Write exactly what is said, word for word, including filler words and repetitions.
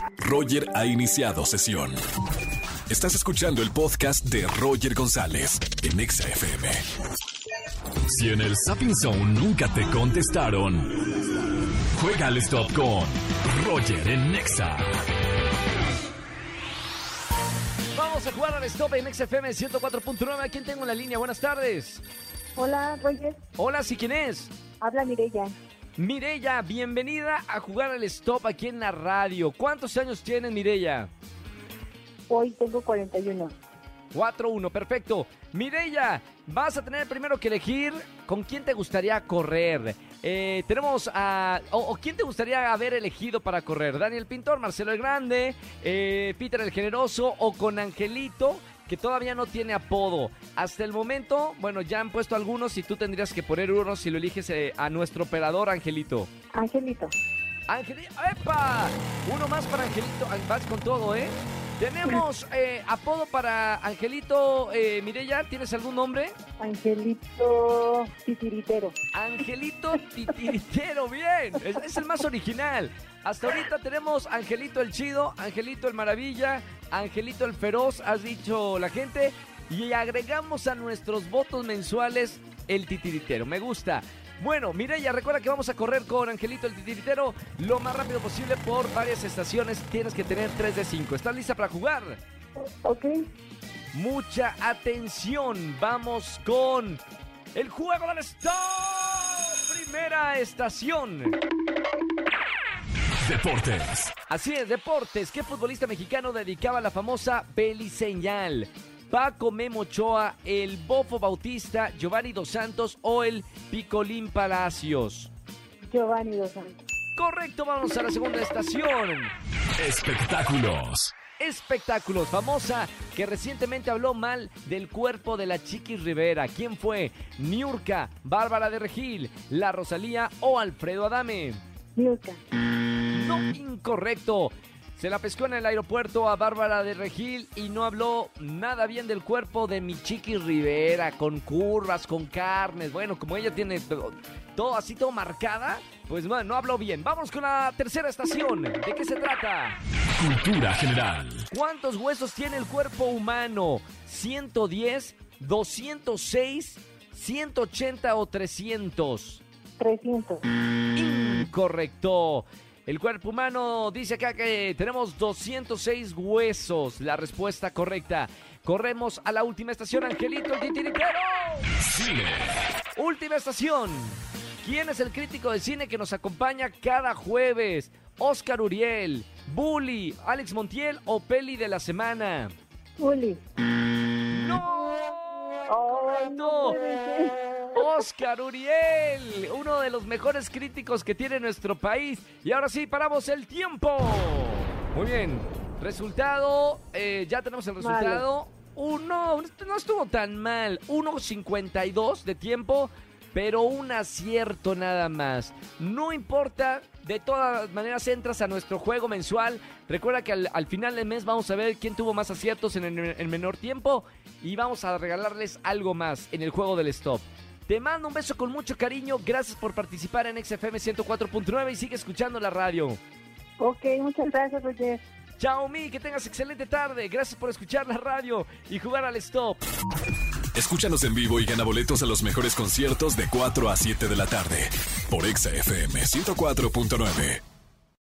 Roger ha iniciado sesión. Estás escuchando el podcast de Roger González en Exa F M. Si en el Zapping Zone nunca te contestaron, juega al stop con Roger en Exa. Vamos a jugar al stop en Exa F M ciento cuatro punto nueve. ¿A quién tengo en la línea? Buenas tardes. Hola, Roger. Hola, ¿sí quién es? Habla Mireya. Mireya, bienvenida a jugar al stop aquí en la radio. ¿Cuántos años tienes, Mireya? Hoy tengo cuarenta y uno. cuatro uno, perfecto. Mireya, vas a tener primero que elegir con quién te gustaría correr. Eh, tenemos a... O, o quién te gustaría haber elegido para correr. Daniel Pintor, Marcelo el Grande, eh, Peter el Generoso o con Angelito, que todavía no tiene apodo. Hasta el momento, bueno, ya han puesto algunos y tú tendrías que poner uno si lo eliges eh, a nuestro operador, Angelito. Angelito. Angelito, ¡epa! Uno más para Angelito. Vas con todo, ¿eh? Tenemos eh, apodo para Angelito. eh, Mireya, ¿tienes algún nombre? Angelito Titiritero. Angelito Titiritero, bien. Es, es el más original. Hasta ahorita tenemos Angelito el Chido, Angelito el Maravilla, Angelito el Feroz, has dicho la gente. Y agregamos a nuestros votos mensuales el Titiritero. Me gusta. Bueno, Mireya, recuerda que vamos a correr con Angelito el Titiritero lo más rápido posible por varias estaciones. Tienes que tener tres de cinco. ¿Estás lista para jugar? Ok. Mucha atención. Vamos con el juego del stop. Primera estación. Deportes. Así es, deportes. ¿Qué futbolista mexicano dedicaba la famosa beliseñal? Paco Memo Ochoa, el Bofo Bautista, Giovanni Dos Santos o el Picolín Palacios. Giovanni Dos Santos. Correcto, vamos a la segunda estación. Espectáculos. Espectáculos, famosa que recientemente habló mal del cuerpo de la Chiquis Rivera. ¿Quién fue? Niurka, Bárbara de Regil, La Rosalía o Alfredo Adame. Niurka. No, incorrecto. Se la pescó en el aeropuerto a Bárbara de Regil y no habló nada bien del cuerpo de mi Chiquis Rivera, con curvas, con carnes. Bueno, como ella tiene todo, todo así, todo marcada, pues bueno, no habló bien. Vamos con la tercera estación. ¿De qué se trata? Cultura general. ¿Cuántos huesos tiene el cuerpo humano? ¿ciento diez, doscientos seis, ciento ochenta o trescientos? trescientos. Incorrecto. El cuerpo humano dice acá que tenemos doscientos seis huesos. La respuesta correcta. Corremos a la última estación, Angelito el Titiritero. Cine. Última estación. ¿Quién es el crítico de cine que nos acompaña cada jueves? Oscar Uriel, Bully, Alex Montiel o Peli de la Semana. Uli. ¡No! Oh, ¡No! no puede ser. Oscar Uriel, uno de los mejores críticos que tiene nuestro país. Y ahora sí, paramos el tiempo. Muy bien. Resultado, eh, ya tenemos el resultado. Uno, no estuvo tan mal. uno cincuenta y dos de tiempo, pero un acierto nada más. No importa, de todas maneras entras a nuestro juego mensual. Recuerda que al, al final del mes vamos a ver quién tuvo más aciertos en el en menor tiempo y vamos a regalarles algo más en el juego del stop. Te mando un beso con mucho cariño. Gracias por participar en Exa F M ciento cuatro punto nueve y sigue escuchando la radio. Ok, muchas gracias, Roger. Chao, Mi, que tengas excelente tarde. Gracias por escuchar la radio y jugar al stop. Escúchanos en vivo y gana boletos a los mejores conciertos de cuatro a siete de la tarde por Exa F M ciento cuatro punto nueve.